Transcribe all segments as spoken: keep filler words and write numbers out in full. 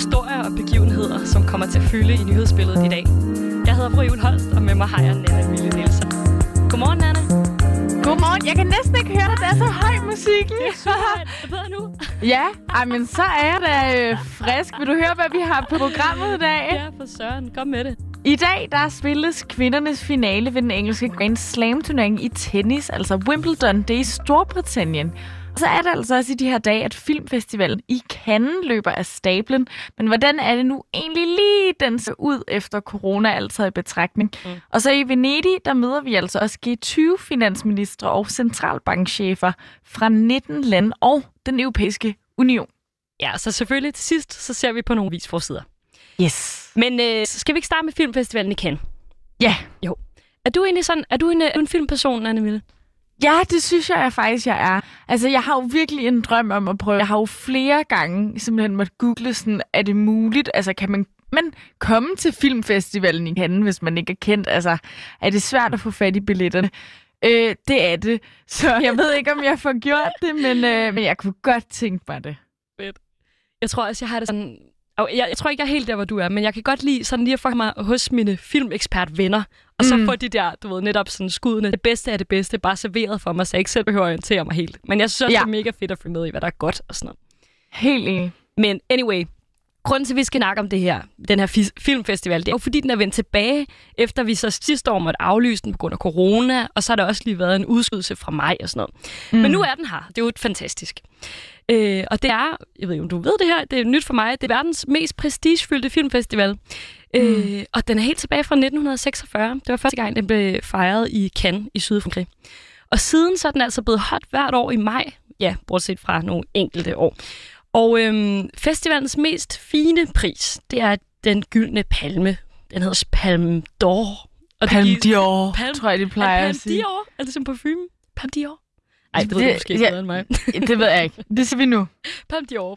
historier og begivenheder, som kommer til at fylde i nyhedsbilledet i dag. Jeg hedder Fru Juhl Holst, og med mig har jeg Nanna Mille Nielsen. Godmorgen, Nanna. Godmorgen. Jeg kan næsten ikke høre dig, det er så høj musikken. Det er super højt. Det er bedre nu. Ja, ej, men så er jeg da øh, frisk. Vil du høre, hvad vi har på programmet i dag? Ja, for søren. Kom med det. I dag der spilles kvindernes finale ved den engelske Grand Slam-turnering i tennis, altså Wimbledon. Det er i Storbritannien. Og så er det altså også i de her dage, at filmfestivalen i Cannes løber af stablen. Men hvordan er det nu egentlig lige, den ser ud efter corona, altså i betragtning? Mm. Og så i Venedig, der møder vi altså også G tyve-finansministre og centralbankchefer fra nitten lande og den europæiske union. Ja, så selvfølgelig til sidst, så ser vi på nogle visforsider. Yes. Men øh, skal vi ikke starte med filmfestivalen i Cannes? Ja. Jo. Er du egentlig sådan, er du en, en filmperson, Anne Mille? Ja, det synes jeg, jeg faktisk, jeg er. Altså, jeg har jo virkelig en drøm om at prøve. Jeg har jo flere gange simpelthen måtte google sådan, er det muligt? Altså, kan man, man komme til filmfestivalen i Cannes, hvis man ikke er kendt? Altså, er det svært at få fat i billetterne? Øh, det er det. Så jeg ved ikke, om jeg får gjort det, men, øh, men jeg kunne godt tænke mig det. Fedt. Jeg tror også, jeg har det sådan... Jeg, jeg tror ikke, jeg er helt der, hvor du er, men jeg kan godt lide sådan lige at få mig hos mine filmekspertvenner, og så mm. få de der, du ved, netop sådan skuddene. Det bedste er det bedste, bare serveret for mig, så jeg ikke selv behøver at orientere mig helt. Men jeg synes også, ja. det er mega fedt at følge med i, hvad der er godt og sådan noget. Helt enig. Men anyway, grunden til, at vi skal snakke om det her, den her fi- filmfestival, det er jo fordi, den er vendt tilbage, efter vi så sidste år måtte aflyse den på grund af corona, og så har der også lige været en udskydelse fra maj og sådan noget. Mm. Men nu er den her. Det er jo fantastisk. Øh, og det er, jeg ved ikke, om du ved det her, det er nyt for mig, det er verdens mest prestigefyldte filmfestival. Mm. Øh, og den er helt tilbage fra nitten seksogfyrre. Det var første gang, den blev fejret i Cannes i Sydfrankrig. Og siden så er den altså blevet hot hvert år i maj, ja, bortset fra nogle enkelte år. Og øhm, festivalens mest fine pris, det er den gyldne palme. Den hedder Palme d'Or. Palme d'Or, Palme, tror jeg, de plejer at sige. Palme d'Or? Er det som parfume? Palme d'Or? Ej, det, det ved du måske ja, bedre end mig. Det ved jeg ikke. Det ser vi nu. Palme d'Or.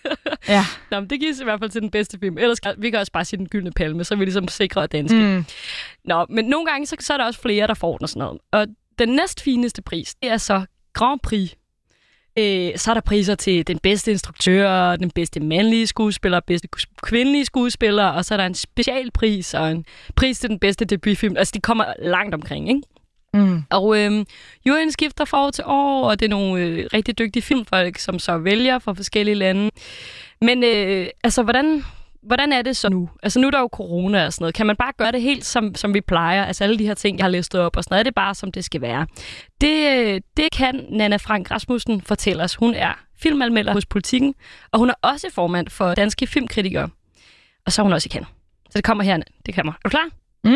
Ja. Nå, men det gives i hvert fald til den bedste film. Ellers vi kan også bare sige den gyldne palme, så er vi ligesom sikre og danske. Mm. Nå, men nogle gange, så, så er der også flere, der får den og sådan noget. Og den næstfineste pris, det er så Grand Prix. Øh, så er der priser til den bedste instruktør, den bedste mandlige skuespiller, bedste kvindelige skuespiller, og så er der en specialpris og en pris til den bedste debutfilm. Altså, de kommer langt omkring, ikke? Mm. Og øh, juryen skifter fra år til år, og det er nogle øh, rigtig dygtige filmfolk, som så vælger fra forskellige lande. Men øh, altså, hvordan, hvordan er det så nu? Altså, nu er der jo corona og sådan noget. Kan man bare gøre det helt, som, som vi plejer? Altså, alle de her ting, jeg har listet op og sådan noget, er det bare, som det skal være? Det, det kan Nanna Frank Rasmussen fortælle os. Hun er filmanmelder hos Politiken, og hun er også formand for Danske Filmkritikere. Og så er hun også i Cannes. Så det kommer her. Det kommer. Er du klar? Mm.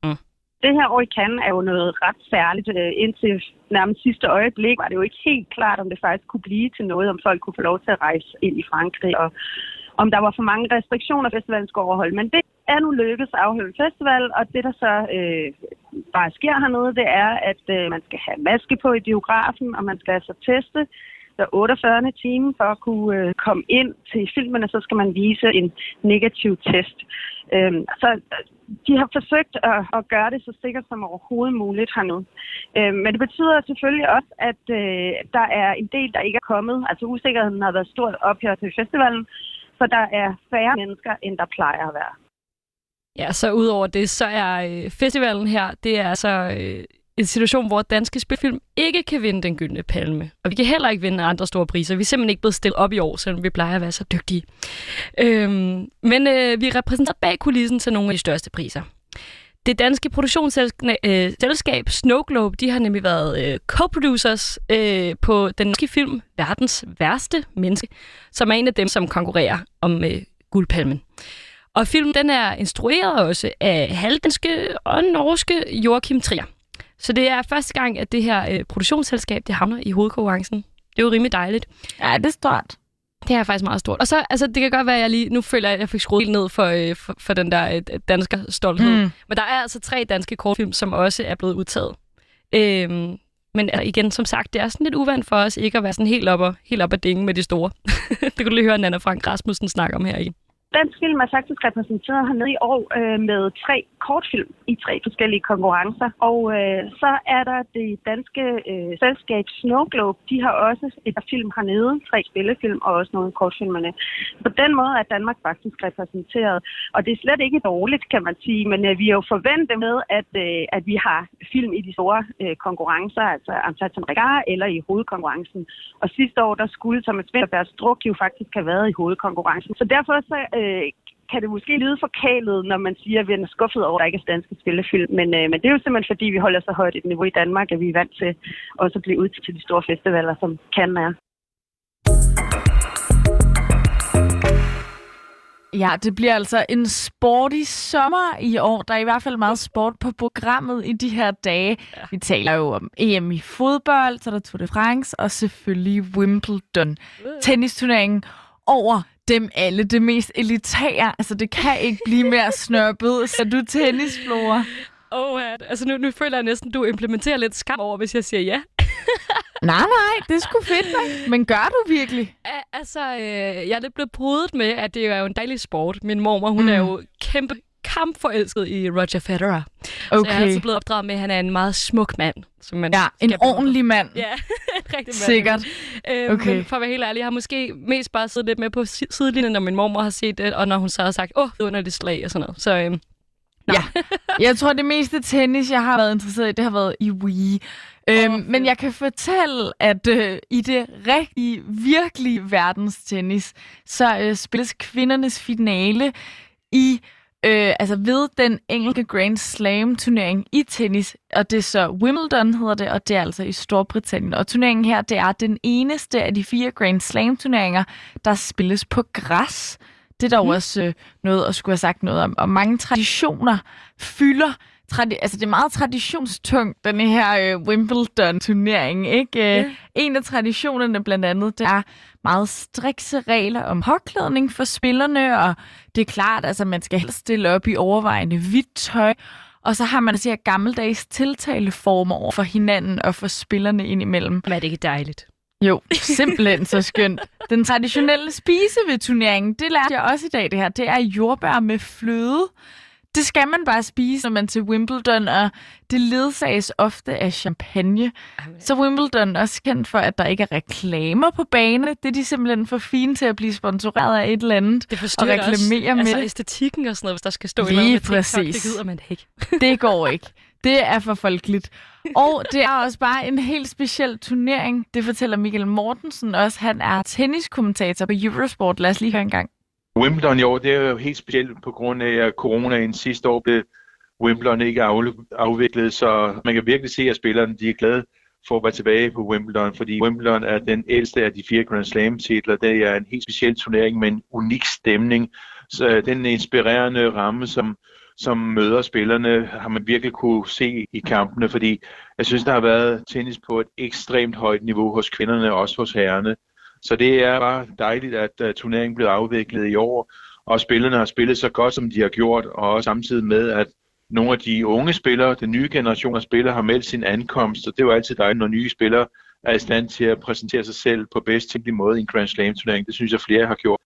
Det her år i Cannes er jo noget ret særligt. Indtil nærmest sidste øjeblik var det jo ikke helt klart, om det faktisk kunne blive til noget, om folk kunne få lov til at rejse ind i Frankrig, og om der var for mange restriktioner, festivalen skulle overholde. Men det er nu lykkedes at afholde festival, og det, der så øh, bare sker hernede, det er, at øh, man skal have maske på i biografen, og man skal altså teste der otteogfyrre timer for at kunne øh, komme ind til filmene, så skal man vise en negativ test. Øhm, så de har forsøgt at, at gøre det så sikkert som overhovedet muligt hernede. Øhm, men det betyder selvfølgelig også, at øh, der er en del, der ikke er kommet. Altså usikkerheden har været stort op her til festivalen, så der er færre mennesker, end der plejer at være. Ja, så udover det, så er øh, festivalen her, det er altså øh, en situation, hvor danske spilfilm ikke kan vinde den gyldne palme. Og vi kan heller ikke vinde andre store priser. Vi er simpelthen ikke blevet stillet op i år, selvom vi plejer at være så dygtige. Øhm, men øh, vi repræsenterer bag kulissen til nogle af de største priser. Det danske produktionsselskab Snow Globe, de har nemlig været øh, co-producers øh, på den danske film Verdens Værste Menneske, som er en af dem, som konkurrerer om øh, guldpalmen. Og filmen den er instrueret også af halvdanske og norske Joachim Trier. Så det er første gang, at det her øh, produktionsselskab det havner i hovedkonkurrencen. Det er jo rimelig dejligt. Ja, det er stort. Det er faktisk meget stort. Og så, altså, det kan godt være, at jeg lige... Nu føler jeg, at jeg fik skruet helt ned for, øh, for, for den der øh, danske stolthed. Mm. Men der er altså tre danske kortfilm, som også er blevet udtaget. Øhm, men altså, igen, som sagt, det er sådan lidt uvandt for os ikke at være sådan helt op og, helt op ad dingen med de store. Det kunne du lige høre Nanna Frank Rasmussen snakke om her i. Dansk film er faktisk repræsenteret hernede i år øh, med tre kortfilm i tre forskellige konkurrencer. Og øh, så er der det danske øh, selskab Snow Globe. De har også et film hernede, tre spillefilm og også nogle kortfilmerne. På den måde er Danmark faktisk repræsenteret. Og det er slet ikke dårligt, kan man sige, men øh, vi er jo forventet med, at, øh, at vi har film i de store øh, konkurrencer, altså Amsterdam Regard eller i hovedkonkurrencen. Og sidste år, der skulle Thomas Vinterbergs Druk jo faktisk have været i hovedkonkurrencen. Så derfor så øh, kan det måske lyde forkælet, når man siger, at vi er skuffet over, at der ikke er danske spillefilm. Men, øh, men det er jo simpelthen fordi, vi holder så højt et niveau i Danmark, at vi er vant til også at blive ud til de store festivaler, som kan er. Ja, det bliver altså en sporty sommer i år. Der er i hvert fald meget sport på programmet i de her dage. Ja. Vi taler jo om E M i fodbold, så der Tour de France og selvfølgelig Wimbledon. Uh. Tennisturneringen over dem alle. Det mest elitære. Altså, det kan ikke blive mere snørpet. Så du tennis, Flora? Åh, oh, altså nu, nu føler jeg næsten, du implementerer lidt skam over, hvis jeg siger ja. nej, nej, det er sgu fedt nok. Men gør du virkelig? A- altså, øh, jeg er lidt blevet prudet med, at det er jo en dejlig sport. Min mormor, hun mm. er jo kæmpe kampforelsket i Roger Federer. Okay. Så jeg er altså blevet opdraget med, at han er en meget smuk mand. Som man ja, en ordentlig mand. Ja, en rigtig mand. Sikkert. Øh, okay. Men for at være helt ærlig, jeg har måske mest bare siddet lidt med på sidelinjen, når min mormor har set det, og når hun så har sagt, åh, oh, det er under det slag og sådan noget. Så øh, ja, jeg tror, det meste tennis, jeg har været interesseret i, det har været i Wii. Øhm, oh, men jeg kan fortælle, at øh, i det rigtige, virkelige verdenstennis, så øh, spilles kvindernes finale i øh, altså ved den engelske Grand Slam turnering i tennis, og det er så Wimbledon hedder det, og det er altså i Storbritannien. Og turneringen her, det er den eneste af de fire Grand Slam turneringer, der spilles på græs. Det er dog mm. også øh, noget at skulle have sagt noget om. Og mange traditioner fylder. Tradi- altså, det er meget traditionstungt, den her øh, Wimbledon-turnering, ikke? Yeah. En af traditionerne blandt andet, det er meget strikse regler om påklædning for spillerne, og det er klart, altså, man skal helst stille op i overvejende hvidt tøj. Og så har man altså gammeldags tiltaleformer over for hinanden og for spillerne indimellem. Men er det ikke dejligt? Jo, simpelthen så skønt. Den traditionelle spise ved turneringen, det lærte jeg også i dag, det her. Det er jordbær med fløde. Det skal man bare spise, når man er til Wimbledon, og det ledsages ofte af champagne. Så Wimbledon er også kendt for, at der ikke er reklamer på banen. Det er de simpelthen for fine til at blive sponsoreret af et eller andet. Det forstår jeg også. Med altså det. Æstetikken og sådan noget, hvis der skal stå Lige noget med TikTok, det gider man ikke. Det går ikke. Det er for folkeligt. Og det er også bare en helt speciel turnering. Det fortæller Michael Mortensen også. Han er tenniskommentator på Eurosport. Lad os lige høre en gang. Wimbledon i år, det er jo helt specielt på grund af coronaen. Sidste år blev Wimbledon ikke afviklet, så man kan virkelig se, at spillerne de er glade for at være tilbage på Wimbledon, fordi Wimbledon er den ældste af de fire Grand Slam-titler. Det er en helt speciel turnering med en unik stemning. Så den inspirerende ramme, som som møder spillerne, har man virkelig kunne se i kampene, fordi jeg synes, der har været tennis på et ekstremt højt niveau hos kvinderne og også hos herrerne. Så det er bare dejligt, at uh, turneringen blev afviklet i år, og spillerne har spillet så godt, som de har gjort, og samtidig med, at nogle af de unge spillere, den nye generation af spillere, har meldt sin ankomst, og det er jo altid dejligt, når nye spillere er i stand til at præsentere sig selv på bedst tænkelig måde i en Grand Slam-turnering. Det synes jeg, flere har gjort.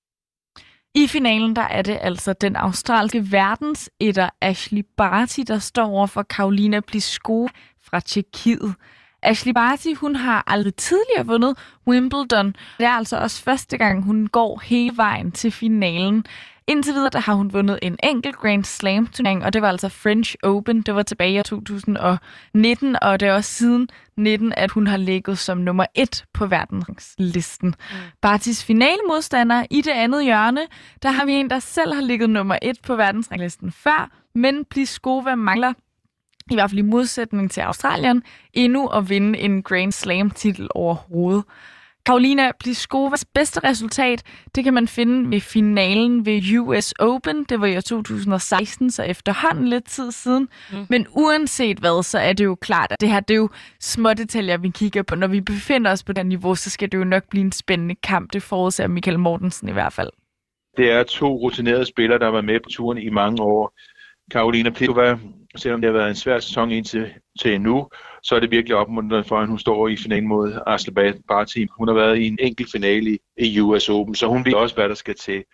I finalen der er det altså den australske verdensetter Ashleigh Barty, der står over for Karolina Pliskova fra Tjekkiet. Ashleigh Barty, hun har aldrig tidligere vundet Wimbledon. Det er altså også første gang, hun går hele vejen til finalen. Indtil videre der har hun vundet en enkelt Grand Slam turnering, og det var altså French Open. Det var tilbage i to tusind nitten, og det er også siden nitten, at hun har ligget som nummer et på verdenslisten. Mm. Bartys finalemodstander i det andet hjørne, der har vi en, der selv har ligget nummer et på verdensranglisten før, men Pliskova mangler, i hvert fald i modsætning til Australien, endnu at vinde en Grand Slam-titel overhovedet. Karolina Pliskovas bedste resultat, det kan man finde ved finalen ved U S Open. Det var i to tusind seksten, så efterhånden lidt tid siden. Mm. Men uanset hvad, så er det jo klart, at det her det er jo små detaljer, vi kigger på. Når vi befinder os på det niveau, så skal det jo nok blive en spændende kamp. Det forudser Michael Mortensen i hvert fald. Det er to rutinerede spillere, der har været med på turen i mange år. Karolina Pliskova, selvom det har været en svær sæson indtil til nu, så er det virkelig opmuntrende for, at hun står i finalen mod Ashleigh Barty. Hun har været i en enkelt finale i U S Open, så hun ved også, hvad der skal til.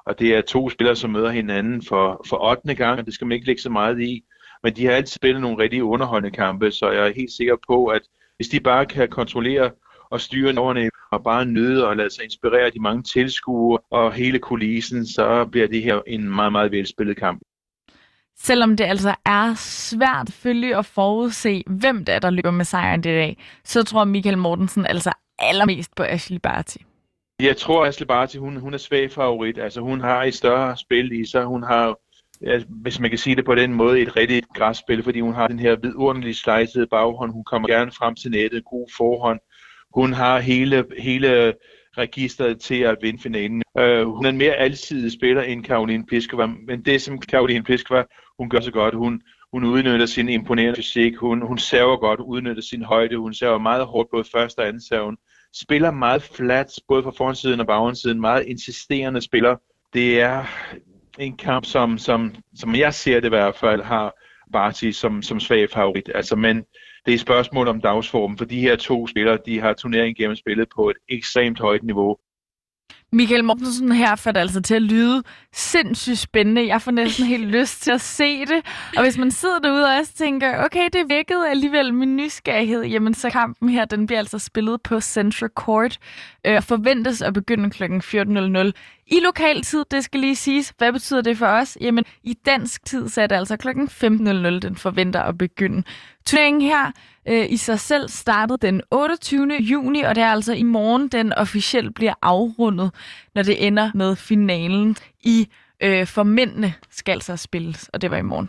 Og det er to spillere, som møder hinanden for, for ottende gang, og det skal man ikke lægge så meget i. Men de har altid spillet nogle rigtig underholdende kampe, så jeg er helt sikker på, at hvis de bare kan kontrollere og styre nerverne og bare nyde og lade sig inspirere af de mange tilskuere og hele kulissen, så bliver det her en meget, meget velspillet kamp. Selvom det altså er svært selvfølgelig at forudse, hvem det er, der løber med sejren i dag, så tror Michael Mortensen altså allermest på Ashleigh Barty. Jeg tror, at Ashleigh Barty, hun, hun er svag favorit. Altså, hun har et større spil i sig. Hun har, hvis man kan sige det på den måde, et rigtigt græsspil, fordi hun har den her vidunderlige slejsede baghånd. Hun kommer gerne frem til nettet, god forhånd. Hun har hele, hele registret til at vinde finalen. Uh, hun er en mere alsidig spiller end Caroline Pliskova, men det som Caroline Pliskova, hun gør så godt. Hun, hun udnytter sin imponerende fysik, hun, hun server godt, udnytter sin højde, hun server meget hårdt både første og anden serven. Spiller meget flat, både på forhåndssiden og baghåndssiden, meget insisterende spiller. Det er en kamp, som, som, som jeg ser det i hvert fald, har Barty som, som svag favorit. Altså, men det er et spørgsmål om dagsformen, for de her to spillere, de har turneringen gennemspillet på et ekstremt højt niveau. Michael Mortensen her får det altså til at lyde sindssygt spændende. Jeg får næsten helt lyst til at se det. Og hvis man sidder derude og også tænker, okay, det vækkede alligevel min nysgerrighed, jamen så kampen her, den bliver altså spillet på Central Court og øh, forventes at begynde klokken fjorten nul nul. I lokal tid, det skal lige siges. Hvad betyder det for os? Jamen, i dansk tid, så er det altså klokken femten nul nul, den forventer at begynde. Turneringen her øh, i sig selv startede den otteogtyvende juni, og det er altså i morgen, den officielt bliver afrundet, når det ender med finalen i øh, for mændene skal altså spilles, og det var i morgen.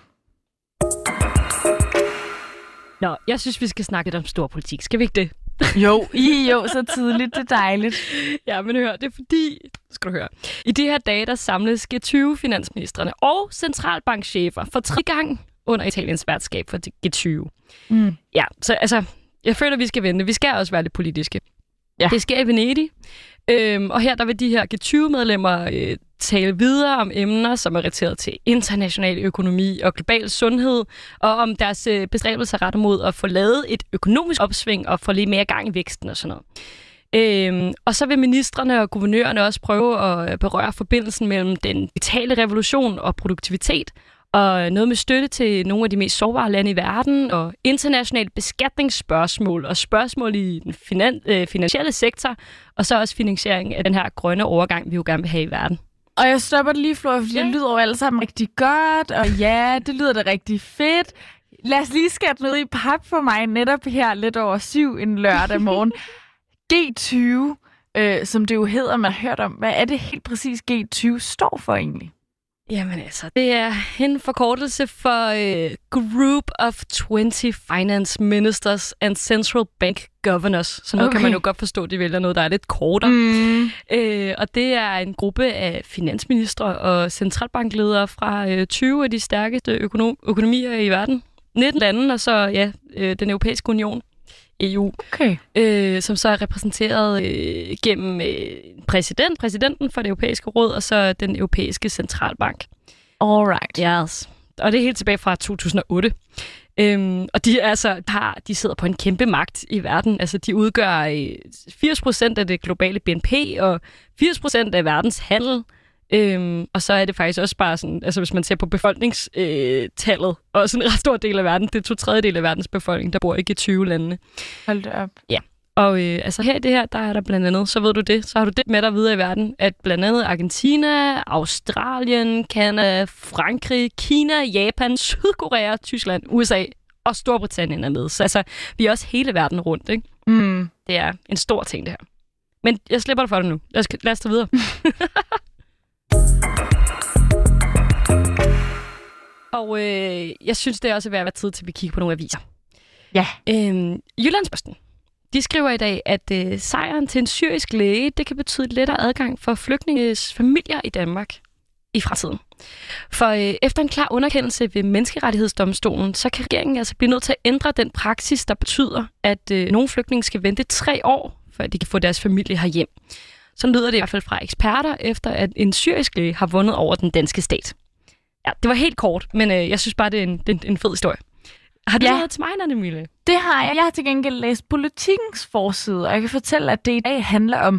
Nå, jeg synes, vi skal snakke lidt om storpolitik. Skal vi ikke det? Jo, I jo, så tidligt. Det er dejligt. Ja, men hør, det er fordi... Skal du høre. I de her dage, der samles G tyve-finansministrene og centralbankchefer for tre gang under Italiens værtskab for G tyve. Mm. Ja, så altså, jeg føler, vi skal vente. Vi skal også være lidt politiske. Ja. Det sker i Venedig. Øhm, og her der vil de her G tyve-medlemmer øh, tale videre om emner, som er relateret til international økonomi og global sundhed, og om deres øh, bestræbelser rettet mod at få lavet et økonomisk opsving og få lidt mere gang i væksten og sådan noget. Øhm, og så vil ministrene og guvernørerne også prøve at berøre forbindelsen mellem den digitale revolution og produktivitet, og noget med støtte til nogle af de mest sårbare lande i verden, og internationale beskatningsspørgsmål, og spørgsmål i den finan- øh, finansielle sektor, og så også finansiering af den her grønne overgang, vi jo gerne vil have i verden. Og jeg stopper det lige, Flora, fordi ja. Det lyder jo alle sammen rigtig godt, og ja, det lyder da rigtig fedt. Lad os lige skære noget i pap for mig, netop her lidt over syv en lørdag morgen. G tyve, øh, som det jo hedder, man har hørt om. Hvad er det helt præcis G tyve står for egentlig? Jamen altså, det er en forkortelse for uh, Group of tyve Finance Ministers and Central Bank Governors. Så nu okay. kan man jo godt forstå, at de vælger noget, der er lidt kortere. Mm. Uh, og det er en gruppe af finansministre og centralbankledere fra uh, tyve af de stærkeste økonom- økonomier i verden. nitten lande, og så ja, uh, den europæiske union. E U, okay. øh, som så er repræsenteret øh, gennem øh, præsident, præsidenten for det europæiske råd, og så den europæiske centralbank. Alright. Yes. Og det er helt tilbage fra to tusind og otte. Øhm, og de, altså, har, de sidder på en kæmpe magt i verden. Altså, de udgør øh, firs procent af det globale B N P og firs procent af verdens handel. Øhm, og så er det faktisk også bare sådan, altså hvis man ser på befolkningstallet, øh, også en ret stor del af verden, det er to tredjedel af verdens befolkning, der bor i G tyve-landene. Hold det op. Ja, og øh, altså her i det her, der er der blandt andet, så ved du det, så har du det med dig videre i verden, at blandt andet Argentina, Australien, Canada, Frankrig, Kina, Japan, Sydkorea, Tyskland, U S A og Storbritannien er med. Så altså, vi er også hele verden rundt, ikke? Mm. Det er en stor ting, det her. Men jeg slipper det for dig nu. Lad os, lad os tage videre. Og øh, jeg synes, det er også ved at være tid til, at vi kigger på nogle aviser. Ja. Øhm, Jyllandsposten, de skriver i dag, at øh, sejren til en syrisk læge, det kan betyde lettere adgang for flygtninges familier i Danmark i fremtiden. For øh, efter en klar underkendelse ved Menneskerettighedsdomstolen, så kan regeringen altså blive nødt til at ændre den praksis, der betyder, at øh, nogle flygtninge skal vente tre år, før de kan få deres familie herhjem. Så lyder det i hvert fald fra eksperter, efter at en syrisk læge har vundet over den danske stat. Ja, det var helt kort, men øh, jeg synes bare, det er en, det er en fed historie. Har du ja. noget til mig, Anne-Mille? Det har jeg. Jeg har til gengæld læst Politikens forside, og jeg kan fortælle, at det i dag handler om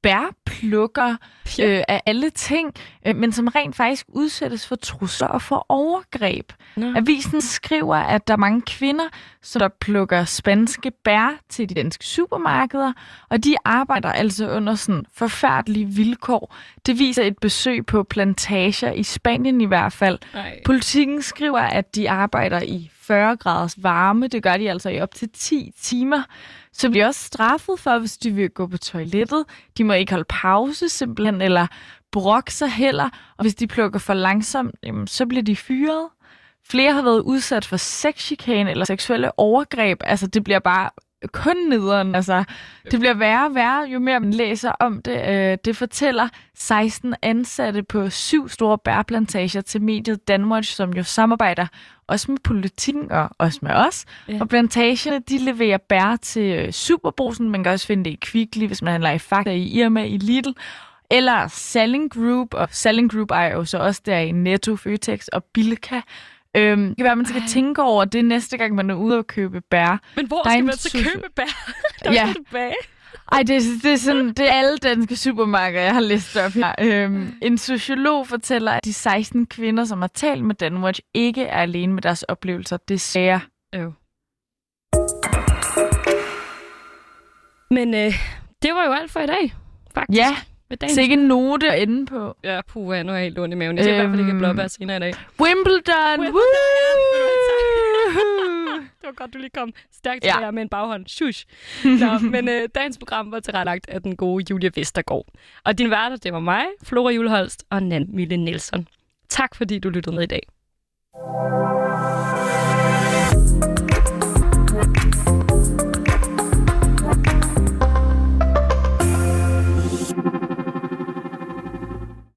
bærplukker øh, af alle ting, øh, men som rent faktisk udsættes for trusler og for overgreb. Nå. Avisen skriver, at der er mange kvinder, som der plukker spanske bær til de danske supermarkeder, og de arbejder altså under sådan forfærdelige vilkår. Det viser et besøg på plantager i Spanien i hvert fald. Ej. Politikken skriver, at de arbejder i fyrre graders varme. Det gør de altså i op til ti timer. Så bliver de også straffet for, hvis de vil gå på toilettet. De må ikke holde pause simpelthen, eller brokke sig heller. Og hvis de plukker for langsomt, jamen, så bliver de fyret. Flere har været udsat for sexchikane eller seksuelle overgreb. Altså, det bliver bare kun nederen. Altså, det bliver værre og værre, jo mere man læser om det. Det fortæller seksten ansatte på syv store bærplantager til mediet Danwatch, som jo samarbejder også med politikken og også med os. Ja. Og plantagerne, de leverer bær til Superbrugsen. Man kan også finde det i Kvickly, hvis man handler i Fakta, i Irma, i Lidl. Eller Salling Group, og Salling Group er jo så også der i Netto, Føtex og Bilka. Øhm, det kan være, at man skal Ej. tænke over det næste gang, man er ude og købe bær. Men hvor der skal man så købe bær? Der ja. er tilbage. Ej, det, det, er sådan, det er alle danske supermarkeder, jeg har listet op her. Øhm, en sociolog fortæller, at de seksten kvinder, som har talt med Danwatch, ikke er alene med deres oplevelser. Desværre. Øh. Men øh, det var jo alt for i dag, faktisk. Ja. Så ikke en note at ende på. Ja, puh, nu er jeg helt ondt i maven. Jeg ser øhm, i hvert fald ikke blåbær senere i dag. Wimbledon! Wimbledon! Det var godt, du lige kom stærkt til ja. med en baghånd. Shush. Nå, men øh, dagens program var tilrettelagt af den gode Julie Vestergaard. Og din værter, det var mig, Flora Juleholst og Nan Mille Nielsen. Tak fordi du lyttede med i dag.